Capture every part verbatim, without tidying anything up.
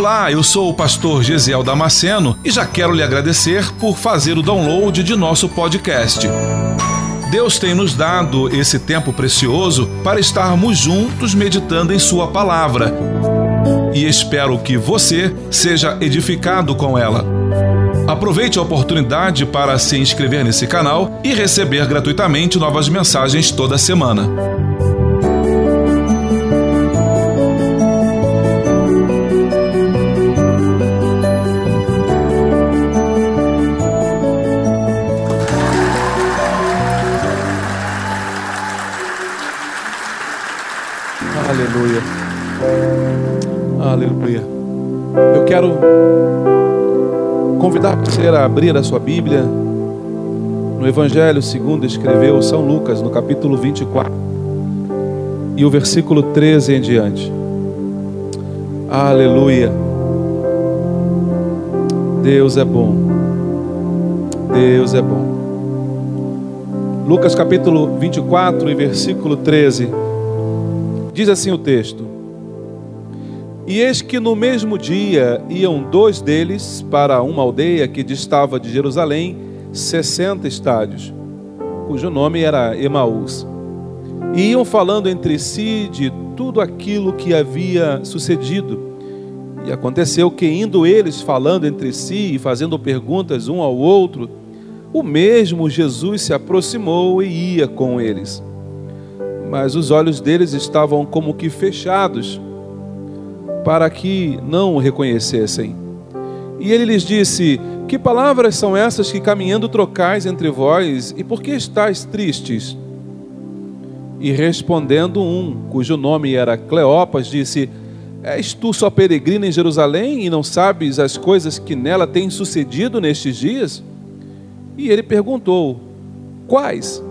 Olá, eu sou o pastor Gesiel Damasceno e já quero lhe agradecer por fazer o download de nosso podcast. Deus tem nos dado esse tempo precioso para estarmos juntos meditando em Sua palavra. E espero que você seja edificado com ela. Aproveite a oportunidade para se inscrever nesse canal e receber gratuitamente novas mensagens toda semana. Aleluia. Aleluia. Eu quero convidar você a abrir a sua Bíblia no Evangelho segundo escreveu São Lucas, no capítulo vinte e quatro e o versículo treze em diante. Aleluia. Deus é bom. Deus é bom. Lucas capítulo vinte e quatro e versículo treze. Diz assim o texto: E eis que no mesmo dia iam dois deles para uma aldeia que distava de Jerusalém sessenta estádios, cujo nome era Emaús. E iam falando entre si de tudo aquilo que havia sucedido. E aconteceu que, indo eles falando entre si e fazendo perguntas um ao outro, o mesmo Jesus se aproximou e ia com eles. Mas os olhos deles estavam como que fechados, para que não o reconhecessem. E ele lhes disse: Que palavras são essas que caminhando trocais entre vós, e por que estáis tristes? E respondendo um, cujo nome era Cleopas, disse: És tu só peregrino em Jerusalém, e não sabes as coisas que nela têm sucedido nestes dias? E ele perguntou: Quais?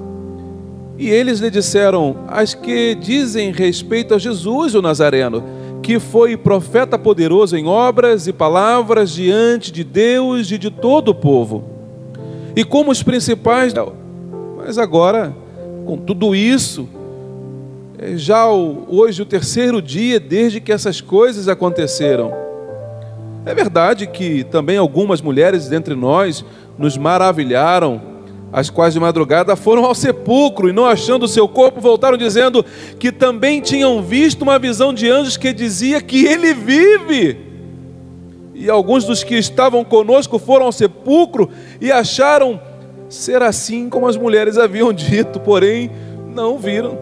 E eles lhe disseram: As que dizem respeito a Jesus o Nazareno, que foi profeta poderoso em obras e palavras diante de Deus e de todo o povo. E como os principais... Mas agora, com tudo isso, é já hoje o terceiro dia desde que essas coisas aconteceram. É verdade que também algumas mulheres dentre nós nos maravilharam, as quais de madrugada foram ao sepulcro e, não achando o seu corpo, voltaram dizendo que também tinham visto uma visão de anjos que dizia que ele vive. E alguns dos que estavam conosco foram ao sepulcro e acharam ser assim como as mulheres haviam dito, porém não viram.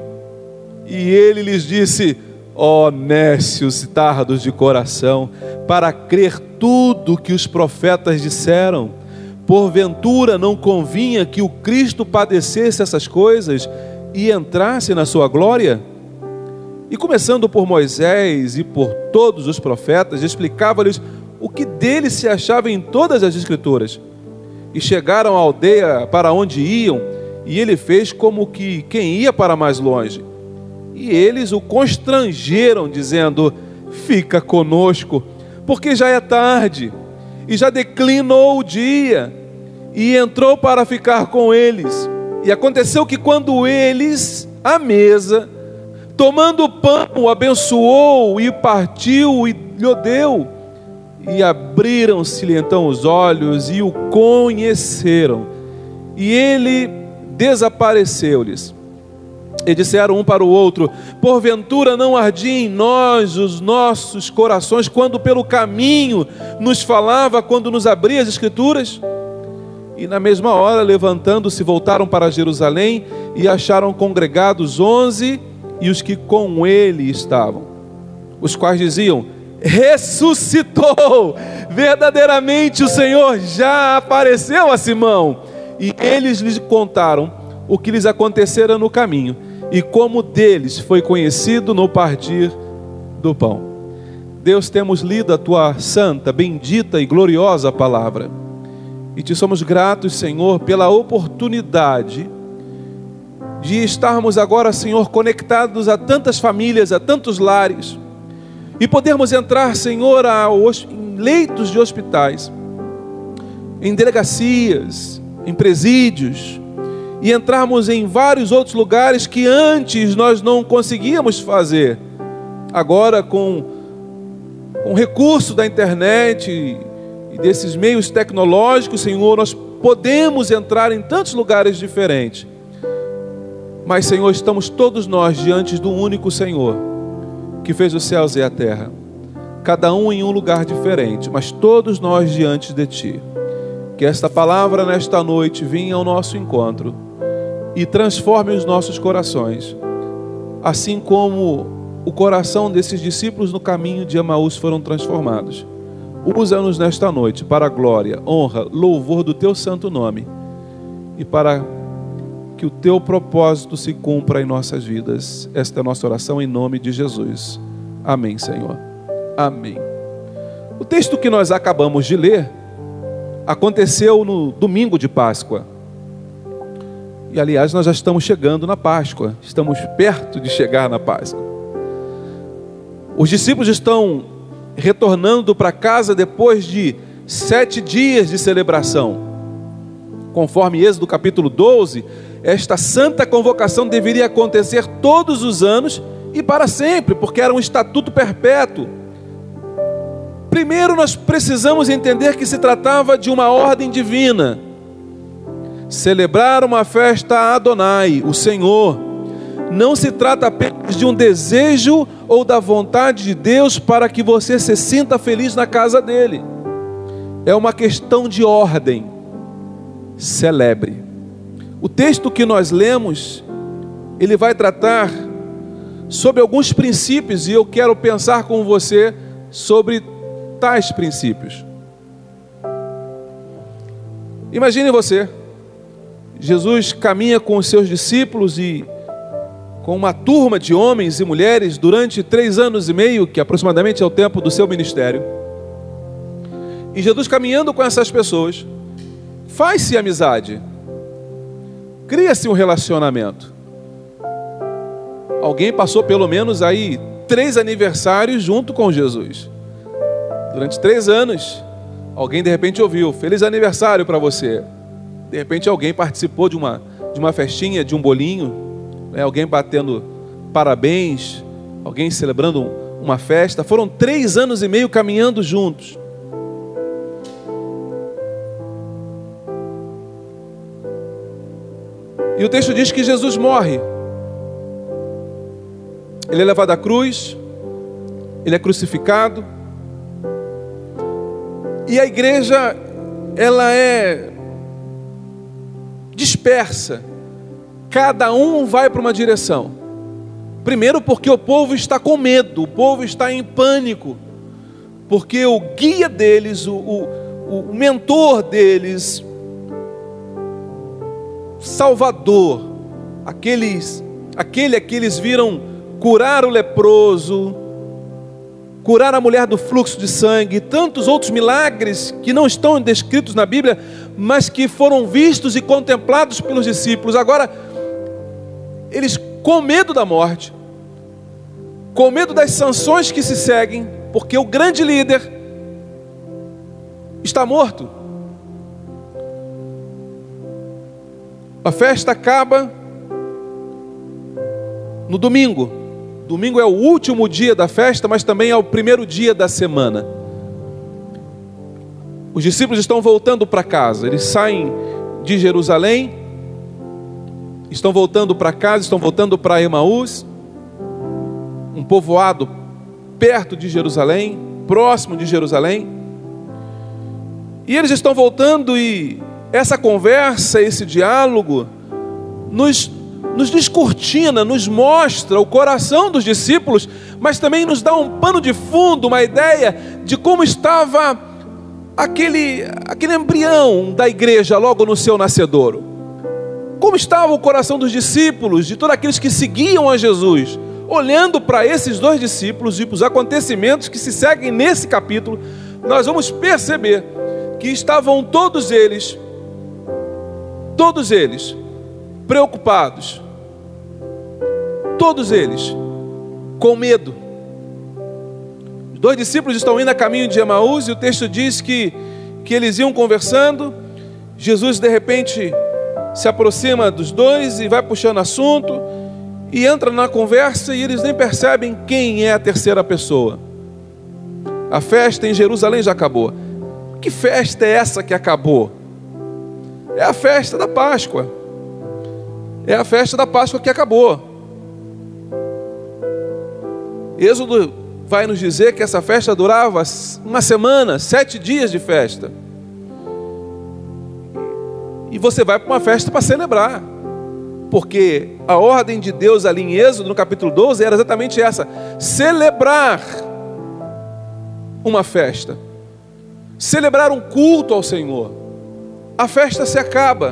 E ele lhes disse: Ó nécios e tardos de coração, para crer tudo que os profetas disseram. Porventura não convinha que o Cristo padecesse essas coisas e entrasse na sua glória? E começando por Moisés e por todos os profetas, explicava-lhes o que dele se achava em todas as Escrituras. E chegaram à aldeia para onde iam, e ele fez como que quem ia para mais longe. E eles o constrangeram, dizendo: Fica conosco, porque já é tarde, e já declinou o dia. E entrou para ficar com eles. E aconteceu que quando eles, à mesa, tomando o pão, o abençoou e partiu e lhe deu. E abriram-se-lhe então os olhos e o conheceram. E ele desapareceu-lhes. E disseram um para o outro: Porventura não ardia em nós os nossos corações, quando pelo caminho nos falava, quando nos abria as Escrituras? E na mesma hora, levantando-se, voltaram para Jerusalém e acharam congregados onze e os que com ele estavam, os quais diziam: Ressuscitou! Verdadeiramente o Senhor já apareceu a Simão. E eles lhes contaram o que lhes acontecera no caminho e como deles foi conhecido no partir do pão. Deus, temos lido a tua santa, bendita e gloriosa palavra. E te somos gratos, Senhor, pela oportunidade de estarmos agora, Senhor, conectados a tantas famílias, a tantos lares, e podermos entrar, Senhor, a em leitos de hospitais, em delegacias, em presídios, e entrarmos em vários outros lugares que antes nós não conseguíamos fazer. Agora, com com o recurso da internet e desses meios tecnológicos, Senhor, nós podemos entrar em tantos lugares diferentes. Mas, Senhor, estamos todos nós diante do único Senhor, que fez os céus e a terra. Cada um em um lugar diferente, mas todos nós diante de Ti. Que esta palavra nesta noite venha ao nosso encontro e transforme os nossos corações, assim como o coração desses discípulos no caminho de Emaús foram transformados. Usa-nos nesta noite para a glória, honra, louvor do Teu santo nome e para que o Teu propósito se cumpra em nossas vidas. Esta é a nossa oração em nome de Jesus. Amém, Senhor. Amém. O texto que nós acabamos de ler aconteceu no domingo de Páscoa. E, aliás, nós já estamos chegando na Páscoa. Estamos perto de chegar na Páscoa. Os discípulos estão retornando para casa depois de sete dias de celebração. Conforme Êxodo capítulo doze, esta santa convocação deveria acontecer todos os anos e para sempre, porque era um estatuto perpétuo. Primeiro nós precisamos entender que se tratava de uma ordem divina. Celebrar uma festa a Adonai, o Senhor. Não se trata apenas de um desejo ou da vontade de Deus para que você se sinta feliz na casa dele. É uma questão de ordem. Celebre. O texto que nós lemos, ele vai tratar sobre alguns princípios e eu quero pensar com você sobre tais princípios. Imagine você, Jesus caminha com os seus discípulos e com uma turma de homens e mulheres durante três anos e meio, que aproximadamente é o tempo do seu ministério. E Jesus caminhando com essas pessoas, faz-se amizade, cria-se um relacionamento. Alguém passou pelo menos aí três aniversários junto com Jesus. Durante três anos, alguém de repente ouviu, feliz aniversário para você. De repente alguém participou de uma, de uma festinha, de um bolinho, né? Alguém batendo parabéns, alguém celebrando uma festa. Foram três anos e meio caminhando juntos. E o texto diz que Jesus morre. Ele é levado à cruz, ele é crucificado. E a igreja, ela é dispersa. Cada um vai para uma direção. Primeiro porque o povo está com medo, o povo está em pânico. Porque o guia deles, o, o, o mentor deles, Salvador, aqueles, aquele a que eles viram curar o leproso, curar a mulher do fluxo de sangue, e tantos outros milagres que não estão descritos na Bíblia, mas que foram vistos e contemplados pelos discípulos. Agora, eles com medo da morte, com medo das sanções que se seguem, porque o grande líder está morto. A festa acaba no domingo. Domingo é o último dia da festa, mas também é o primeiro dia da semana. Os discípulos estão voltando para casa. Eles saem de Jerusalém, estão voltando para casa, estão voltando para Emaús, um povoado perto de Jerusalém, próximo de Jerusalém. E eles estão voltando e essa conversa, esse diálogo nos nos descortina, nos mostra o coração dos discípulos, mas também nos dá um pano de fundo, uma ideia de como estava aquele, aquele embrião da igreja logo no seu nascedouro. Como estava o coração dos discípulos, de todos aqueles que seguiam a Jesus. Olhando para esses dois discípulos e para os acontecimentos que se seguem nesse capítulo, nós vamos perceber que estavam todos eles, todos eles, preocupados, todos eles com medo. Os dois discípulos estão indo a caminho de Emaús e o texto diz que, que eles iam conversando. Jesus de repente se aproxima dos dois e vai puxando assunto e entra na conversa e eles nem percebem quem é a terceira pessoa. A festa em Jerusalém já acabou. Que festa é essa que acabou? É a festa da Páscoa. É a festa da Páscoa que acabou. Êxodo vai nos dizer que essa festa durava uma semana, sete dias de festa. E você vai para uma festa para celebrar. Porque a ordem de Deus ali em Êxodo, no capítulo doze, era exatamente essa: celebrar uma festa, celebrar um culto ao Senhor. A festa se acaba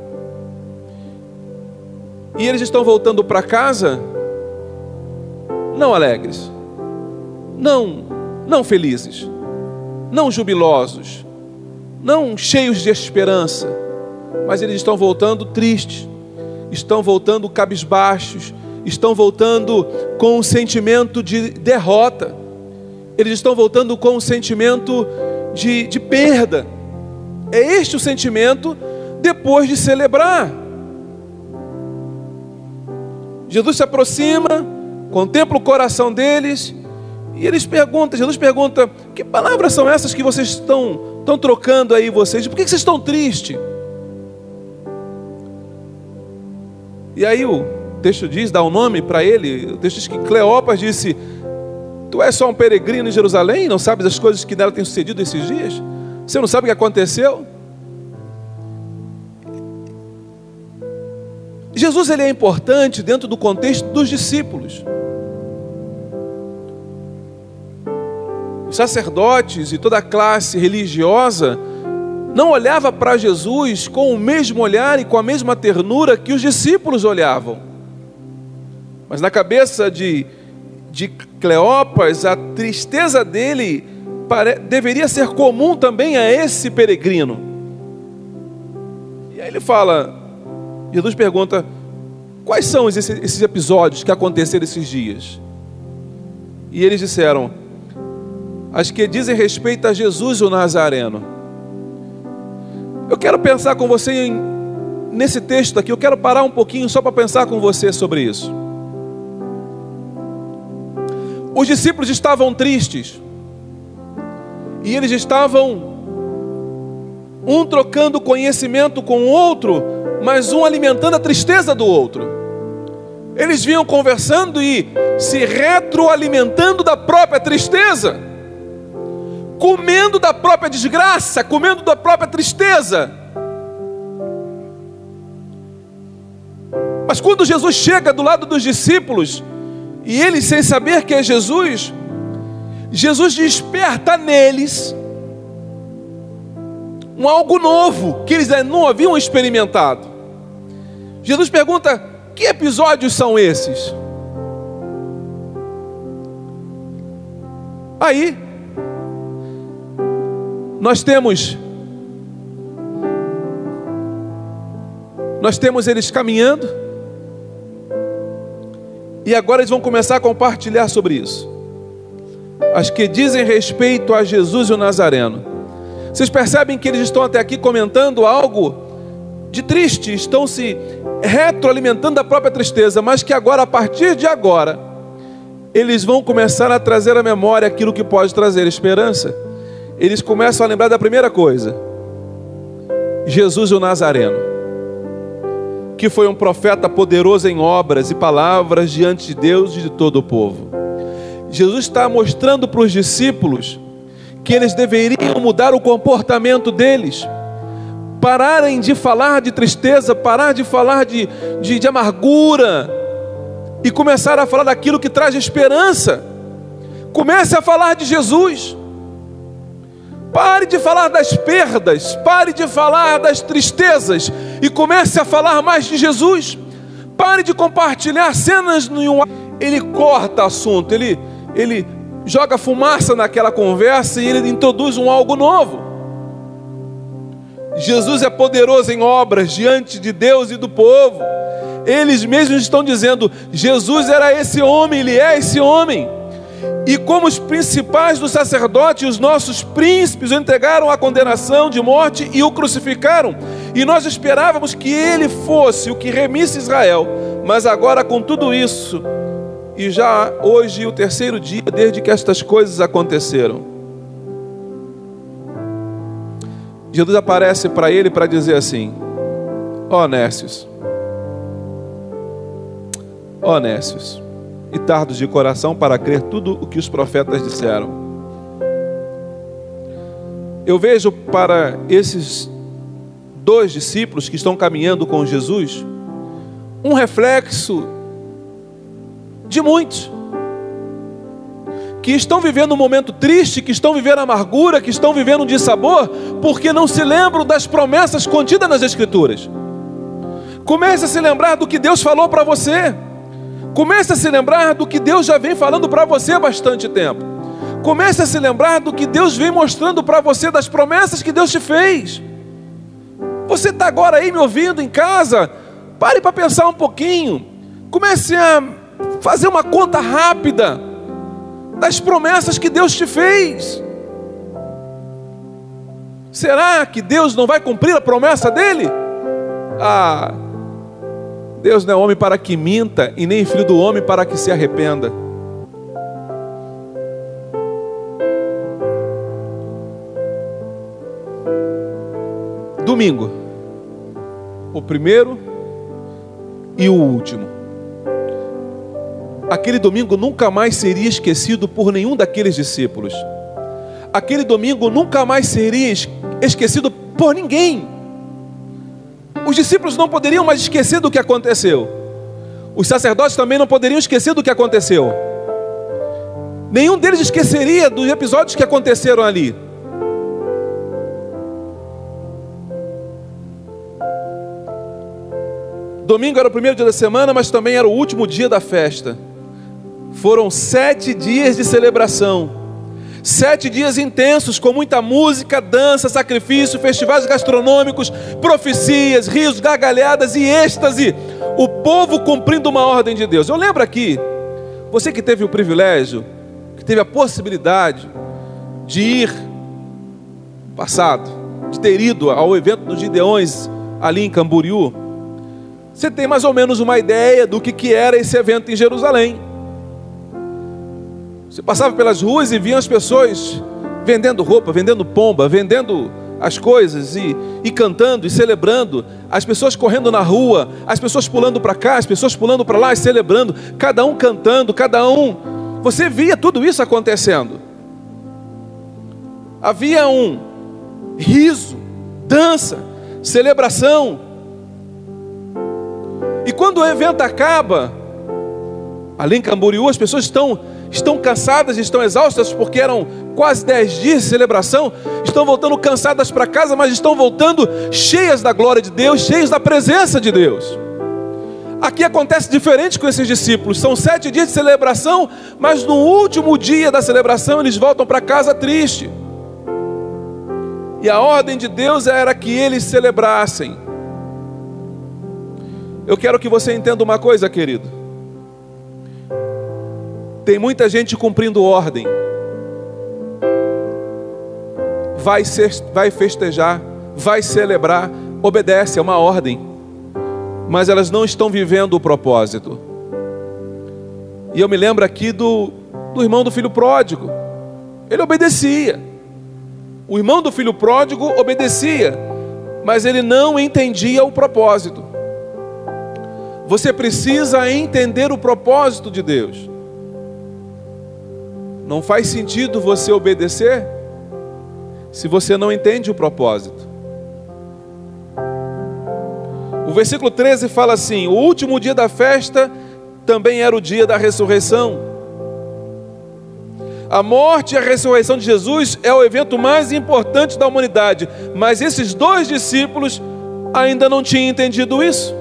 e eles estão voltando para casa não alegres, não, não felizes, não jubilosos, não cheios de esperança, mas eles estão voltando tristes, estão voltando cabisbaixos, estão voltando com um sentimento de derrota, eles estão voltando com um sentimento de, de perda. É este o sentimento depois de celebrar. Jesus se aproxima, contempla o coração deles e eles perguntam, Jesus pergunta: que palavras são essas que vocês estão, estão trocando aí vocês? Por que vocês estão tristes? E aí o texto diz, dá um nome para ele, o texto diz que Cleopas disse: tu és só um peregrino em Jerusalém, não sabes as coisas que nela têm sucedido esses dias? Você não sabe o que aconteceu? Jesus, ele é importante dentro do contexto dos discípulos. Os sacerdotes e toda a classe religiosa não olhava para Jesus com o mesmo olhar e com a mesma ternura que os discípulos olhavam. Mas na cabeça de, de Cleopas, a tristeza dele pare, deveria ser comum também a esse peregrino. E aí ele fala, Jesus pergunta: quais são esses, esses episódios que aconteceram esses dias? E eles disseram: as que dizem respeito a Jesus o Nazareno. Eu quero pensar com você em, nesse texto aqui, eu quero parar um pouquinho só para pensar com você sobre isso. Os discípulos estavam tristes, e eles estavam um trocando conhecimento com o outro, mas um alimentando a tristeza do outro. Eles vinham conversando e se retroalimentando da própria tristeza, comendo da própria desgraça, comendo da própria tristeza. Mas quando Jesus chega do lado dos discípulos, e eles sem saber que é Jesus, Jesus desperta neles um algo novo, que eles não haviam experimentado. Jesus pergunta: que episódios são esses? Aí Nós temos, nós temos eles caminhando, e agora eles vão começar a compartilhar sobre isso. As que dizem respeito a Jesus o Nazareno. Vocês percebem que eles estão até aqui comentando algo de triste, estão se retroalimentando da própria tristeza, mas que agora, a partir de agora, eles vão começar a trazer à memória aquilo que pode trazer esperança. Eles começam a lembrar da primeira coisa: Jesus o Nazareno, que foi um profeta poderoso em obras e palavras diante de Deus e de todo o povo. Jesus está mostrando para os discípulos que eles deveriam mudar o comportamento deles, pararem de falar de tristeza, parar de falar de, de, de amargura, e começar a falar daquilo que traz esperança. Comece a falar de Jesus. Pare de falar das perdas, pare de falar das tristezas e comece a falar mais de Jesus. Pare de compartilhar cenas no um... Ele corta assunto, ele, ele joga fumaça naquela conversa e ele introduz um algo novo. Jesus é poderoso em obras diante de Deus e do povo. Eles mesmos estão dizendo: Jesus era esse homem, ele é esse homem. E como os principais dos sacerdotes, os nossos príncipes o entregaram à condenação de morte e o crucificaram. E nós esperávamos que ele fosse o que remisse Israel. Mas agora, com tudo isso, e já hoje o terceiro dia desde que estas coisas aconteceram, Jesus aparece para ele para dizer assim: ó Nécios, ó Nécios, e tardos de coração para crer tudo o que os profetas disseram. Eu vejo para esses dois discípulos que estão caminhando com Jesus um reflexo de muitos que estão vivendo um momento triste, que estão vivendo amargura, que estão vivendo um dissabor, porque não se lembram das promessas contidas nas Escrituras. Comece a se lembrar do que Deus falou para você. Comece a se lembrar do que Deus já vem falando para você há bastante tempo. Comece a se lembrar do que Deus vem mostrando para você, das promessas que Deus te fez. Você está agora aí me ouvindo em casa, pare para pensar um pouquinho. Comece a fazer uma conta rápida das promessas que Deus te fez. Será que Deus não vai cumprir a promessa dele? Ah, Deus não é homem para que minta, e nem filho do homem para que se arrependa. Domingo, o primeiro e o último. Aquele domingo nunca mais seria esquecido por nenhum daqueles discípulos. Aquele domingo nunca mais seria esquecido por ninguém. Os discípulos não poderiam mais esquecer do que aconteceu. Os sacerdotes também não poderiam esquecer do que aconteceu. Nenhum deles esqueceria dos episódios que aconteceram ali. Domingo era o primeiro dia da semana, mas também era o último dia da festa. Foram sete dias de celebração, sete dias intensos, com muita música, dança, sacrifício, festivais gastronômicos, profecias, risos, gargalhadas e êxtase. O povo cumprindo uma ordem de Deus. Eu lembro aqui, você que teve o privilégio, que teve a possibilidade de ir passado, de ter ido ao evento dos Gideões ali em Camboriú, você tem mais ou menos uma ideia do que, que era esse evento em Jerusalém. Você passava pelas ruas e via as pessoas vendendo roupa, vendendo pomba, vendendo as coisas e, e cantando e celebrando. As pessoas correndo na rua, as pessoas pulando para cá, as pessoas pulando para lá e celebrando. Cada um cantando, cada um... Você via tudo isso acontecendo. Havia um riso, dança, celebração. E quando o evento acaba, ali em Camboriú, as pessoas estão, estão cansadas, estão exaustas, porque eram quase dez dias de celebração, estão voltando cansadas para casa, mas estão voltando cheias da glória de Deus, cheias da presença de Deus. Aqui acontece diferente com esses discípulos, são sete dias de celebração, mas no último dia da celebração eles voltam para casa triste. E a ordem de Deus era que eles celebrassem. Eu quero que você entenda uma coisa, querido. Tem muita gente cumprindo ordem. Vai, ser, vai festejar, vai celebrar, obedece, é uma ordem. Mas elas não estão vivendo o propósito. E eu me lembro aqui do, do irmão do filho pródigo. Ele obedecia. O irmão do filho pródigo obedecia, mas ele não entendia o propósito. Você precisa entender o propósito de Deus. Não faz sentido você obedecer se você não entende o propósito. O versículo treze fala assim: o último dia da festa também era o dia da ressurreição. A morte e a ressurreição de Jesus é o evento mais importante da humanidade, mas esses dois discípulos ainda não tinham entendido isso.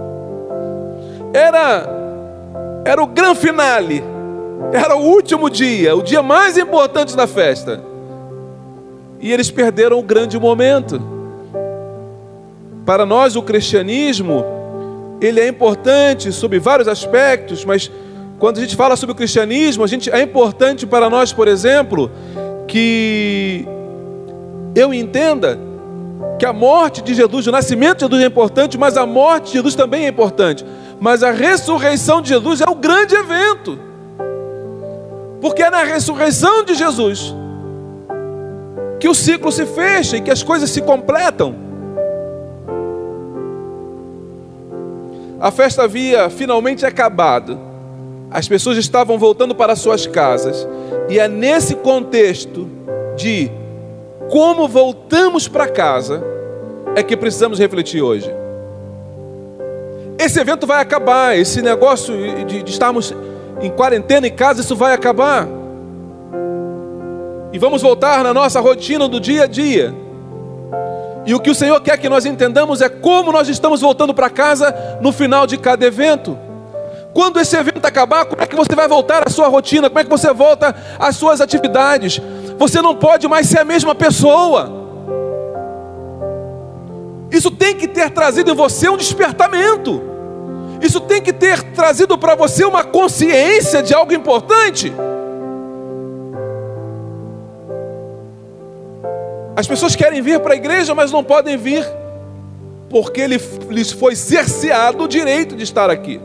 Era, era o grande finale, era o último dia, o dia mais importante da festa. E eles perderam o grande momento. Para nós o cristianismo, ele é importante sob vários aspectos, mas quando a gente fala sobre o cristianismo, a gente, é importante para nós, por exemplo, que eu entenda que a morte de Jesus, o nascimento de Jesus é importante, mas a morte de Jesus também é importante. Mas a ressurreição de Jesus é o grande evento. Porque é na ressurreição de Jesus que o ciclo se fecha e que as coisas se completam. A festa havia finalmente acabado. As pessoas estavam voltando para suas casas. E é nesse contexto de como voltamos para casa é que precisamos refletir hoje. Esse evento vai acabar. Esse negócio de, de estarmos em quarentena em casa, isso vai acabar. E vamos voltar na nossa rotina do dia a dia. E o que o Senhor quer que nós entendamos é como nós estamos voltando para casa no final de cada evento. Quando esse evento acabar, como é que você vai voltar à sua rotina? Como é que você volta às suas atividades? Você não pode mais ser a mesma pessoa. Isso tem que ter trazido em você um despertamento. Isso tem que ter trazido para você uma consciência de algo importante. As pessoas querem vir para a igreja, mas não podem vir, porque lhes foi cerceado o direito de estar aqui.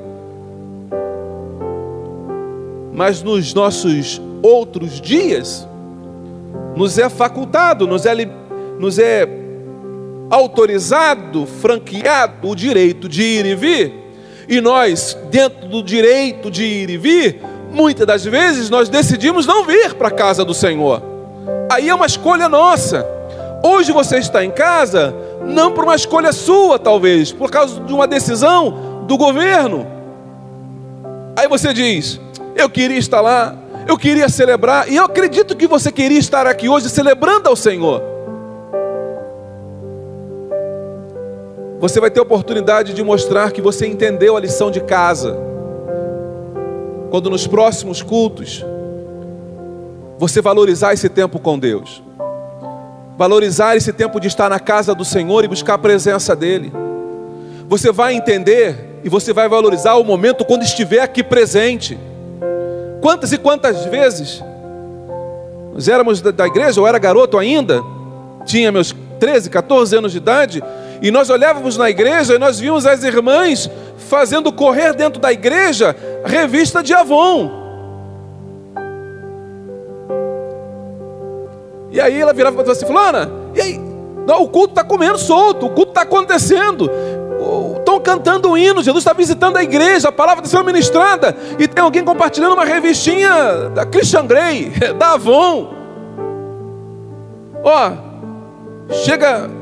Mas nos nossos outros dias, nos é facultado, nos é, nos é autorizado, franqueado o direito de ir e vir. E nós, dentro do direito de ir e vir, muitas das vezes nós decidimos não vir para a casa do Senhor. Aí é uma escolha nossa. Hoje você está em casa, não por uma escolha sua, talvez, por causa de uma decisão do governo. Aí você diz: eu queria estar lá, eu queria celebrar, e eu acredito que você queria estar aqui hoje celebrando ao Senhor. Você vai ter a oportunidade de mostrar que você entendeu a lição de casa, quando nos próximos cultos você valorizar esse tempo com Deus. Valorizar esse tempo de estar na casa do Senhor e buscar a presença dEle. Você vai entender e você vai valorizar o momento quando estiver aqui presente. Quantas e quantas vezes nós éramos da igreja, eu era garoto ainda, tinha meus treze, quatorze anos de idade, e nós olhávamos na igreja e nós víamos as irmãs fazendo correr dentro da igreja revista de Avon. E aí ela virava para você assim: fulana, e aí? Não, o culto está comendo solto, o culto está acontecendo, estão cantando o hino, Jesus está visitando a igreja, a palavra está sendo ministrada, e tem alguém compartilhando uma revistinha da Christian Grey, da Avon. Ó, chega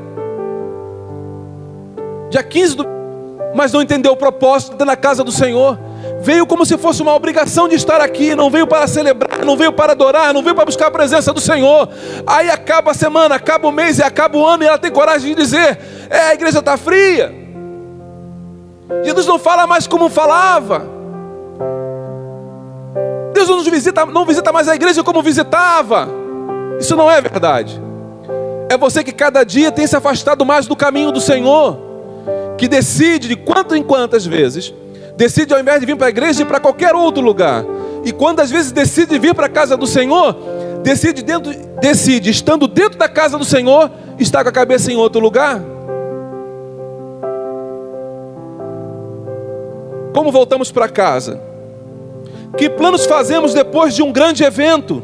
dia quinze do... mas não entendeu o propósito de estar na casa do Senhor. Veio como se fosse uma obrigação de estar aqui, não veio para celebrar, não veio para adorar, não veio para buscar a presença do Senhor. Aí acaba a semana, acaba o mês e acaba o ano, e ela tem coragem de dizer: é, a igreja está fria, Jesus não fala mais como falava, Deus não nos visita, não visita mais a igreja como visitava. Isso não é verdade. É você que cada dia tem se afastado mais do caminho do Senhor, que decide de quanto em quantas vezes decide, ao invés de vir para a igreja, ir para qualquer outro lugar. E quando às vezes decide vir para a casa do Senhor, decide, dentro, decide, estando dentro da casa do Senhor, estar com a cabeça em outro lugar. Como voltamos para casa? Que planos fazemos depois de um grande evento?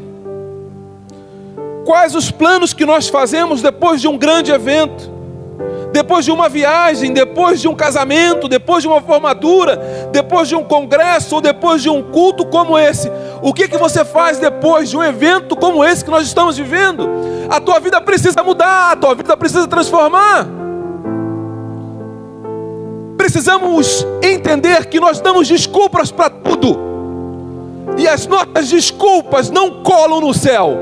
Quais os planos que nós fazemos depois de um grande evento? Depois de uma viagem, depois de um casamento, depois de uma formatura, depois de um congresso ou depois de um culto como esse, o que que você faz depois de um evento como esse que nós estamos vivendo? A tua vida precisa mudar, a tua vida precisa transformar. Precisamos entender que nós damos desculpas para tudo, e as nossas desculpas não colam no céu.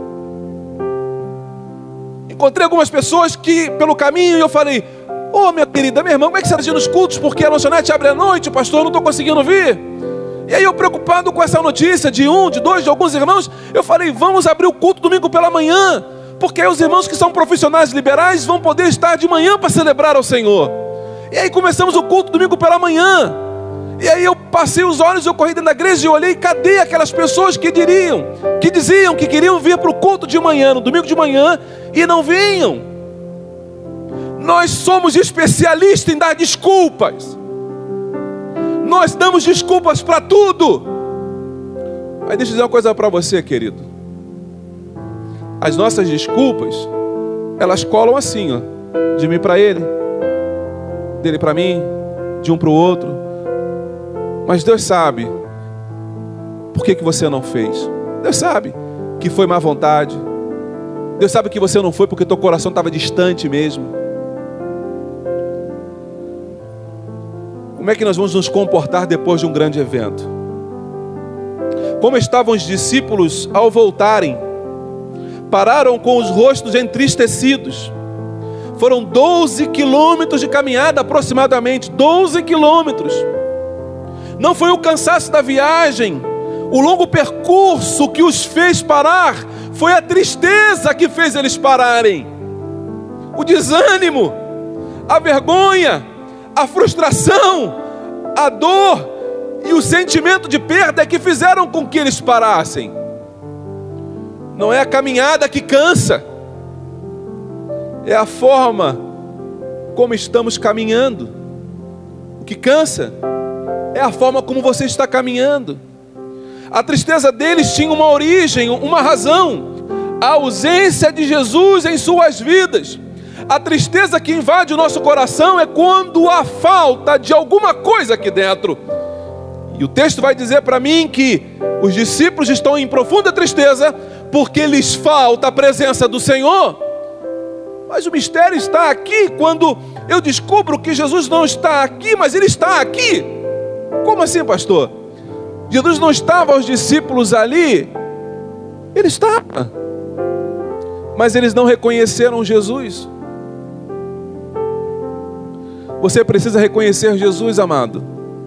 Encontrei algumas pessoas que, pelo caminho, eu falei: ô, oh, minha querida, minha irmã, como é que você está nos cultos? Porque a lanchonete abre à noite, pastor, eu não estou conseguindo vir. E aí eu, preocupado com essa notícia de um, de dois, de alguns irmãos, eu falei: vamos abrir o culto domingo pela manhã, porque aí os irmãos que são profissionais liberais vão poder estar de manhã para celebrar ao Senhor. E aí começamos o culto domingo pela manhã. E aí eu passei os olhos, eu corri dentro da igreja e olhei: cadê aquelas pessoas que diriam, que diziam que queriam vir para o culto de manhã, no domingo de manhã, e não vinham? Nós somos especialistas em dar desculpas. Nós damos desculpas para tudo. Aí deixa eu dizer uma coisa para você, querido. As nossas desculpas, elas colam assim, ó, de mim para ele, dele para mim, de um para o outro. Mas Deus sabe por que que você não fez. Deus sabe que foi má vontade. Deus sabe que você não foi porque teu coração estava distante mesmo. Como é que nós vamos nos comportar depois de um grande evento? Como estavam os discípulos ao voltarem? Pararam com os rostos entristecidos. Foram doze quilômetros de caminhada aproximadamente, doze quilômetros. Não foi o cansaço da viagem, o longo percurso que os fez parar, foi a tristeza que fez eles pararem. O desânimo, a vergonha, a frustração, a dor e o sentimento de perda que fizeram com que eles parassem. Não é a caminhada que cansa, é a forma como estamos caminhando. O que cansa é a forma como você está caminhando. A tristeza deles tinha uma origem, uma razão: a ausência de Jesus em suas vidas. A tristeza que invade o nosso coração é quando há falta de alguma coisa aqui dentro. E o texto vai dizer para mim que os discípulos estão em profunda tristeza porque lhes falta a presença do Senhor. Mas o mistério está aqui quando eu descubro que Jesus não está aqui, mas Ele está aqui. Como assim, pastor? Jesus não estava aos discípulos ali? Ele estava, mas eles não reconheceram Jesus. Você precisa reconhecer Jesus, amado,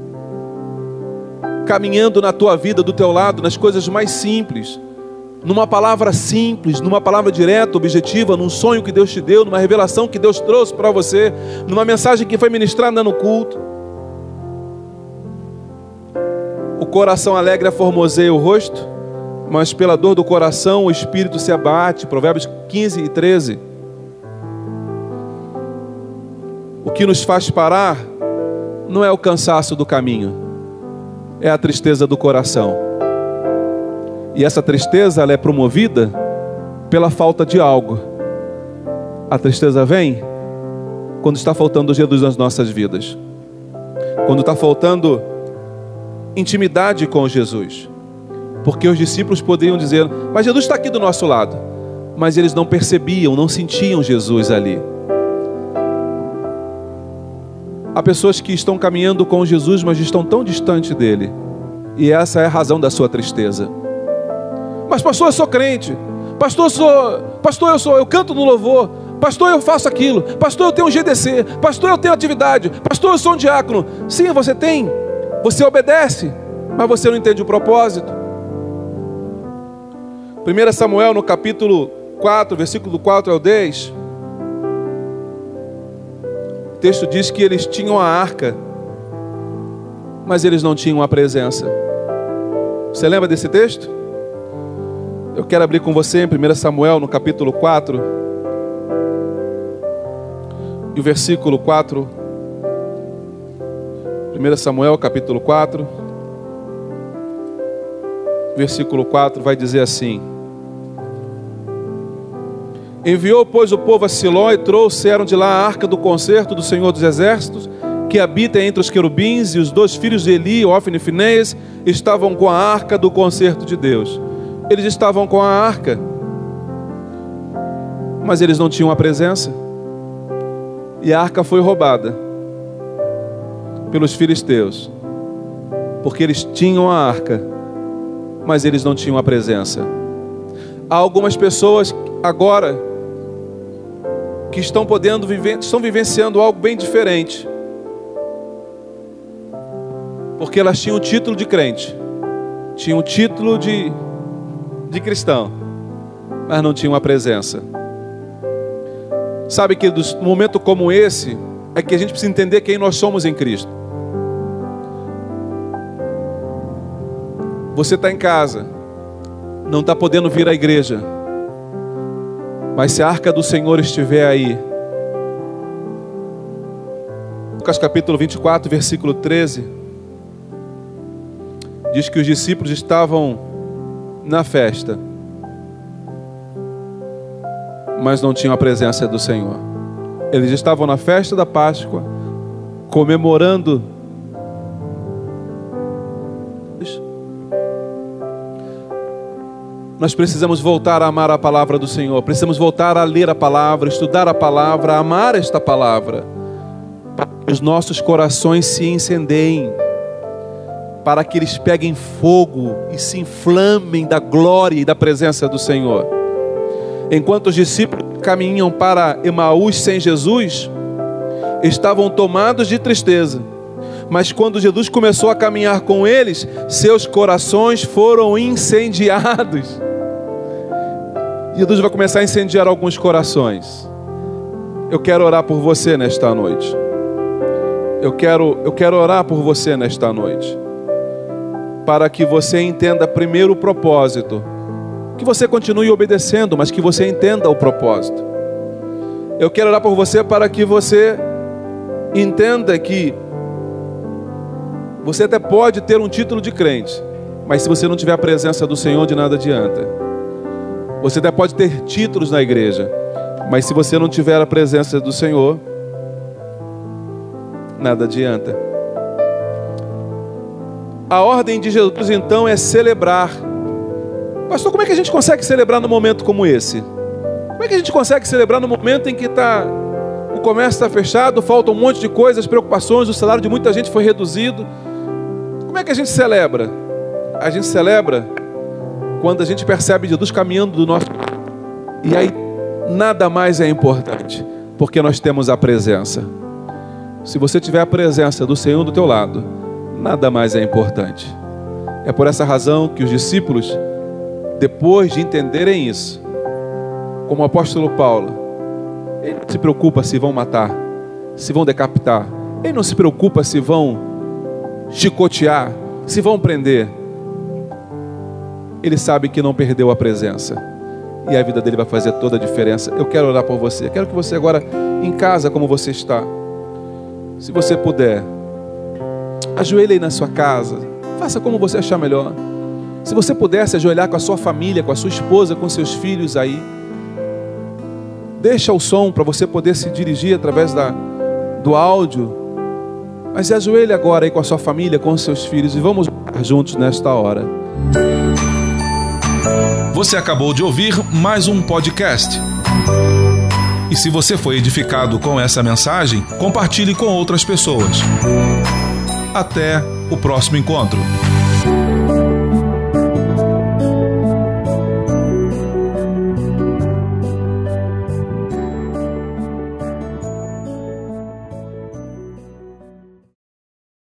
caminhando na tua vida, do teu lado, nas coisas mais simples, numa palavra simples, numa palavra direta, objetiva, num sonho que Deus te deu, numa revelação que Deus trouxe para você, numa mensagem que foi ministrada no culto. O coração alegre aformoseia o rosto, mas pela dor do coração o espírito se abate. Provérbios quinze e treze. O que nos faz parar não é o cansaço do caminho, é a tristeza do coração. E essa tristeza, ela é promovida pela falta de algo. A tristeza vem quando está faltando Jesus nas nossas vidas, quando está faltando intimidade com Jesus. Porque os discípulos poderiam dizer: mas Jesus está aqui do nosso lado. Mas eles não percebiam, não sentiam Jesus ali. Há pessoas que estão caminhando com Jesus, mas estão tão distante dele. E essa é a razão da sua tristeza. Mas pastor, eu sou crente. Pastor, eu sou, pastor, eu sou, eu canto no louvor. Pastor, eu faço aquilo. Pastor, eu tenho um G D C. Pastor, eu tenho atividade. Pastor, eu sou um diácono. Sim, você tem. Você obedece, mas você não entende o propósito. primeiro Samuel, no capítulo quatro, versículo quatro ao dez. O texto diz que eles tinham a arca, mas eles não tinham a presença. Você lembra desse texto? Eu quero abrir com você em primeiro Samuel, no capítulo quatro. E o versículo quatro. primeiro Samuel, capítulo quatro. Versículo quatro vai dizer assim: enviou, pois, o povo a Siló e trouxeram de lá a arca do concerto do Senhor dos Exércitos, que habita entre os querubins, e os dois filhos de Eli, Ofni e Finéias, estavam com a arca do concerto de Deus. Eles estavam com a arca, mas eles não tinham a presença. E a arca foi roubada pelos filisteus, porque eles tinham a arca, mas eles não tinham a presença. Há algumas pessoas agora que estão podendo viver, estão vivenciando algo bem diferente, porque elas tinham o título de crente, tinham o título de, de cristão, mas não tinham a presença. Sabe que num momento como esse é que a gente precisa entender quem nós somos em Cristo. Você está em casa, não está podendo vir à igreja, mas se a arca do Senhor estiver aí, Lucas capítulo vinte e quatro, versículo treze, diz que os discípulos estavam na festa, mas não tinham a presença do Senhor. Eles estavam na festa da Páscoa, comemorando. Nós precisamos voltar a amar a palavra do Senhor, precisamos voltar a ler a palavra, estudar a palavra, amar esta palavra, para que os nossos corações se incendeiem, para que eles peguem fogo e se inflamem da glória e da presença do Senhor. Enquanto os discípulos caminham para Emaús sem Jesus, estavam tomados de tristeza. Mas quando Jesus começou a caminhar com eles, seus corações foram incendiados. Jesus vai começar a incendiar alguns corações. Eu quero orar por você nesta noite. Eu quero, eu quero orar por você nesta noite, para que você entenda primeiro o propósito. Que você continue obedecendo, mas que você entenda o propósito. Eu quero orar por você para que você entenda que você até pode ter um título de crente, mas se você não tiver a presença do Senhor, de nada adianta. Você até pode ter títulos na igreja, mas se você não tiver a presença do Senhor, nada adianta. A ordem de Jesus então é celebrar. Pastor, como é que a gente consegue celebrar num momento como esse? Como é que a gente consegue celebrar no momento em que tá, o comércio está fechado, falta um monte de coisas, preocupações, o salário de muita gente foi reduzido? Como é que a gente celebra? A gente celebra quando a gente percebe Jesus caminhando do nosso... E aí nada mais é importante, porque nós temos a presença. Se você tiver a presença do Senhor do teu lado, nada mais é importante. É por essa razão que os discípulos, depois de entenderem isso, como o apóstolo Paulo, ele não se preocupa se vão matar, se vão decapitar, ele não se preocupa se vão chicotear, se vão prender. Ele sabe que não perdeu a presença, e a vida dele vai fazer toda a diferença. Eu quero orar por você. Eu quero que você agora, em casa como você está, se você puder, ajoelhe aí na sua casa, faça como você achar melhor. Se você pudesse ajoelhar com a sua família, com a sua esposa, com seus filhos aí, deixa o som para você poder se dirigir através da, do áudio, mas ajoelhe agora aí com a sua família, com os seus filhos, e vamos juntos nesta hora. Você acabou de ouvir mais um podcast. E se você foi edificado com essa mensagem, compartilhe com outras pessoas. Até o próximo encontro.